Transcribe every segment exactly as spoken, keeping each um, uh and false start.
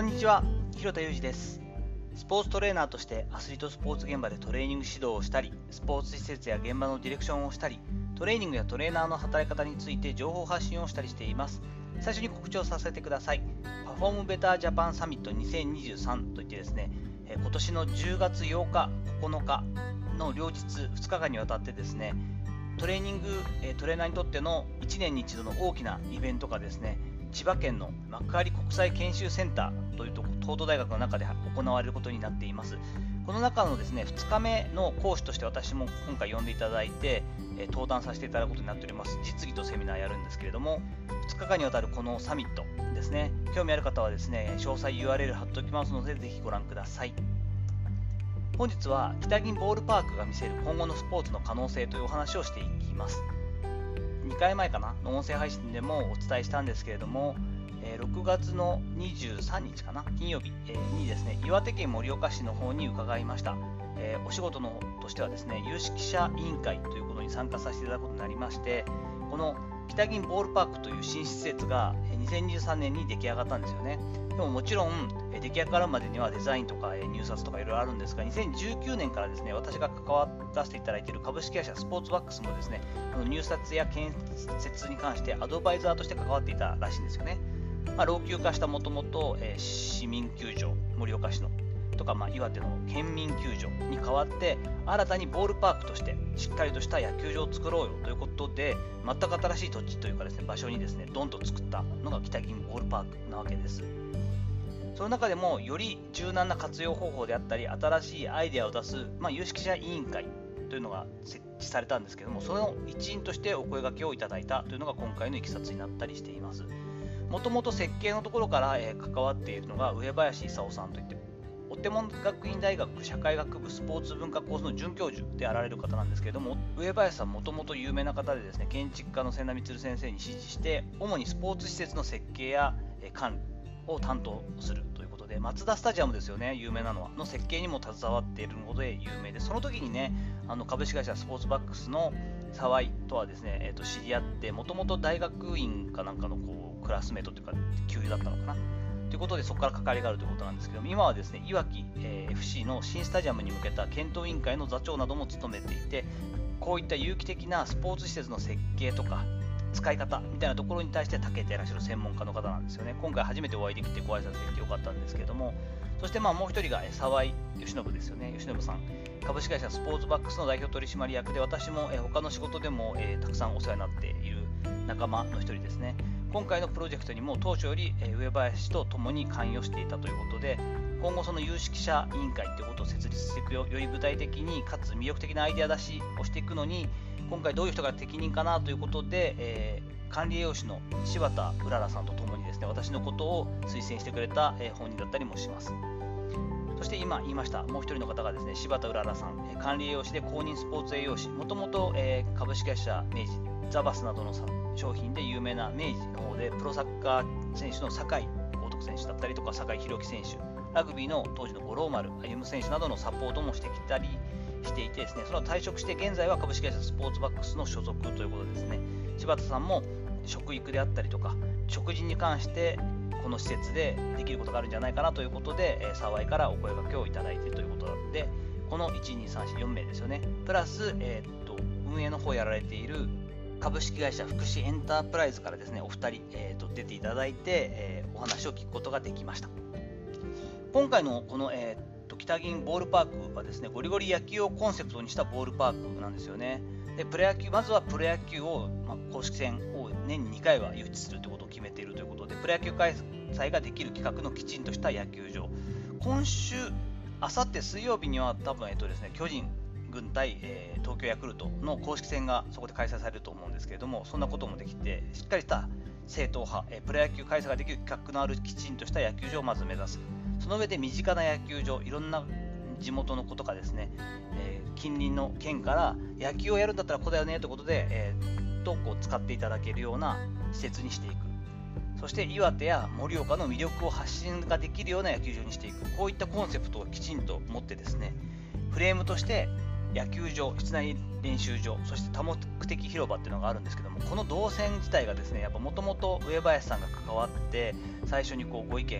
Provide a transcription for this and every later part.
こんにちは、広田裕二です。スポーツトレーナーとしてアスリートスポーツ現場でトレーニング指導をしたり、スポーツ施設や現場のディレクションをしたり、トレーニングやトレーナーの働き方について情報発信をしたりしています。最初に告知をさせてください。パフォームベタージャパンサミットにせんにじゅうさんといってですね、今年のじゅうがつようか、ここのかの両日ふつかかんにわたってですね、トレーニングトレーナーにとってのいちねんに一度の大きなイベントがですね、千葉県の幕張国際研修センターというところ、東都大学の中で行われることになっています。この中のですね、ふつかめの講師として私も今回呼んでいただいて、登壇させていただくことになっております。実技とセミナーやるんですけれども、ふつかかんにわたるこのサミットですね、興味ある方はですね、詳細 ユーアールエル 貼っておきますので、ぜひご覧ください。本日は北銀ボールパークが見せる今後のスポーツの可能性というお話をしていきます。にかいまえかなの音声配信でもお伝えしたんですけれども、ろくがつのにじゅうさんにちかな、金曜日にですね、岩手県盛岡市の方に伺いました。えー、お仕事のとしてはですね、有識者委員会ということに参加させていただくことになりまして、この北銀ボールパークという新施設がにせんにじゅうさんねんに出来上がったんですよね。でももちろん出来上がるまでにはデザインとか入札とかいろいろあるんですが、にせんじゅうきゅうねんからですね、私が関わらせていただいている株式会社スポーツバックスもですね、あの入札や建設に関してアドバイザーとして関わっていたらしいんですよね。まあ、老朽化したもともと市民球場、盛岡市のとか、まあ、岩手の県民球場に代わって新たにボールパークとしてしっかりとした野球場を作ろうよということで、全く新しい土地というかですね、場所にですね、ドンと作ったのが北銀ボールパークなわけです。その中でもより柔軟な活用方法であったり、新しいアイデアを出す、まあ、有識者委員会というのが設置されたんですけども、その一員としてお声掛けをいただいたというのが今回のいきさつになったりしています。もともと設計のところから、えー、関わっているのが上林勲さんといって、追手門学院大学社会学部スポーツ文化コースの准教授であられる方なんですけれども、上林さんもともと有名な方でですね、建築家の千田充先生に師事して、主にスポーツ施設の設計や、えー、管理を担当するということで、マツダスタジアムですよね、有名なのはの設計にも携わっているので有名で、その時にね、あの株式会社スポーツバックスの沢井とはですね、えー、と知り合って、もともと大学院かなんかのこうクラスメートというか給油だったのかなということで、そこから関わりがあるということなんですけども、今はですね、いわき、えー、エフシー の新スタジアムに向けた検討委員会の座長なども務めていて、こういった有機的なスポーツ施設の設計とか使い方みたいなところに対して長けていらっしゃる専門家の方なんですよね。今回初めてお会いできてご挨拶できてよかったんですけれども、そしてまあもう一人が沢井義信ですよね。義信さん、株式会社スポーツバックスの代表取締役で、私も他の仕事でもたくさんお世話になっている仲間の一人ですね。今回のプロジェクトにも当初より上林と共に関与していたということで、今後その有識者委員会ということを設立していくよ、より具体的にかつ魅力的なアイデア出しをしていくのに、今回どういう人が適任かなということで、えー、管理栄養士の柴田うららさんとともにですね、私のことを推薦してくれた、えー、本人だったりもします。そして今言いましたもう一人の方がですね、柴田うららさん、えー、管理栄養士で公認スポーツ栄養士、もともと株式会社明治、ザバスなどの商品で有名な明治の方でプロサッカー選手の酒井高徳選手だったりとか、酒井宏樹選手、ラグビーの当時の五郎丸歩選手などのサポートもしてきたりしていてですね、それを退職して現在は株式会社スポーツバックスの所属ということですね。柴田さんも食育であったりとか食事に関してこの施設でできることがあるんじゃないかなということで、沢井からお声掛けをいただいているということなので、このいち、に、さん、よん、よんめいですよね。プラス、えー、っと運営の方をやられている株式会社福祉エンタープライズからですね、お二人、えー、と出ていただいて、えー、お話を聞くことができました。今回のこの、えー、と北銀ボールパークはですね、ゴリゴリ野球をコンセプトにしたボールパークなんですよね。でプロ野球まずはプロ野球を、まあ、公式戦を年ににかいは誘致するということを決めているということで、プロ野球開催ができる企画のきちんとした野球場、今週あさって水曜日には多分、えーとですね、巨人軍対、えー、東京ヤクルトの公式戦がそこで開催されると思うんですけれども、そんなこともできて、しっかりした正統派、えー、プロ野球開催ができる企画のあるきちんとした野球場をまず目指す。その上で身近な野球場、いろんな地元の子とかですね、えー、近隣の県から野球をやるんだったらここだよねということで、えー、とこう使っていただけるような施設にしていく。そして岩手や盛岡の魅力を発信ができるような野球場にしていく。こういったコンセプトをきちんと持ってですね、フレームとして野球場、室内練習場、そして多目的広場っていうのがあるんですけども、この動線自体がですね、やっぱもともと上林さんが関わって最初にこうご意見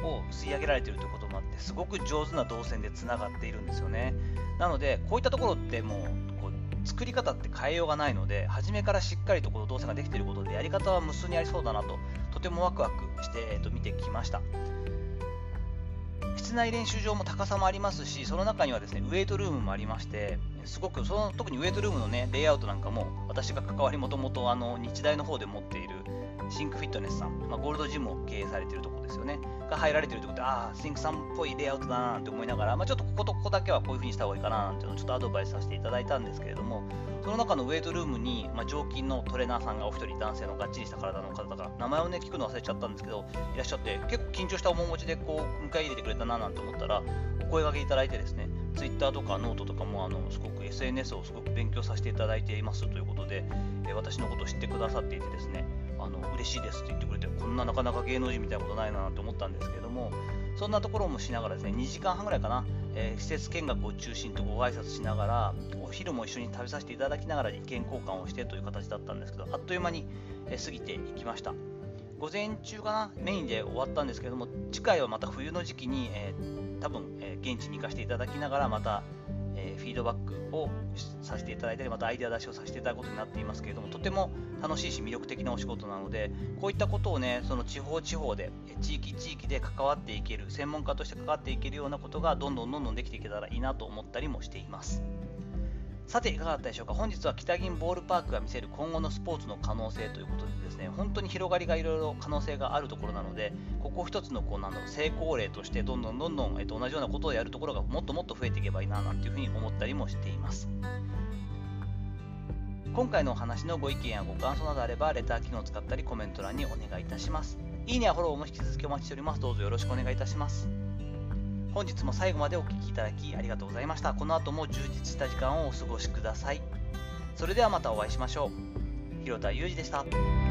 を吸い上げられているということもあって、すごく上手な動線でつながっているんですよね。なのでこういったところってもうこう作り方って変えようがないので、初めからしっかりとこの動線ができていることでやり方は無数にありそうだなと、とてもワクワクして、えー、と見てきました。室内練習場も高さもありますし、その中にはですねウェイトルームもありまして、すごくその特にウェイトルームの、ね、レイアウトなんかも私が関わりもともと日大の方で持っているシンクフィットネスさん、まあ、ゴールドジムを経営されているところですよねが入られているということで、ああシンクさんっぽいレイアウトだなって思いながら、まあ、ちょっとこことここだけはこういう風にした方がいいかななんていうのをちょっとアドバイスさせていただいたんですけれども、その中のウェイトルームに、まあ、常勤のトレーナーさんがお一人、男性のがっちりした体の方が名前をね聞くの忘れちゃったんですけどいらっしゃって、結構緊張した面持ちでこう迎え入れてくれたななんて思ったら、お声掛けいただいてですね、ツイッターとかノートとかもあのすごく エスエヌエス をすごく勉強させていただいていますということで、えー、私のことを知ってくださっていてですね、あの嬉しいですって言ってくれて、こんななかなか芸能人みたいなことないなと思ったんですけれども、そんなところもしながらですね、にじかんはんぐらいかな、えー、施設見学を中心とご挨拶しながら、お昼も一緒に食べさせていただきながら意見交換をしてという形だったんですけど、あっという間に、えー、過ぎていきました。午前中かな、メインで終わったんですけれども、次回はまた冬の時期に、えー、多分、えー、現地に行かせていただきながら、また、えー、フィードバックをさせていただいたり、またアイデア出しをさせていただくことになっていますけれども、とても楽しいし魅力的なお仕事なので、こういったことをね、その地方地方で、地域地域で関わっていける、専門家として関わっていけるようなことがどんどんどんどんできていけたらいいなと思ったりもしています。さていかがだったでしょうか。本日は北銀ボールパークが見せる今後のスポーツの可能性ということでですね、本当に広がりがいろいろ可能性があるところなので、ここ一つのこうなんだろう成功例としてどんどんどんどん、えっと、同じようなことをやるところがもっともっと増えていけばいいななんていうふうに思ったりもしています。今回のお話のご意見やご感想などあればレター機能を使ったりコメント欄にお願いいたします。いいねやフォローも引き続きお待ちしております。どうぞよろしくお願いいたします。本日も最後までお聞きいただきありがとうございました。この後も充実した時間をお過ごしください。それではまたお会いしましょう。広田裕二でした。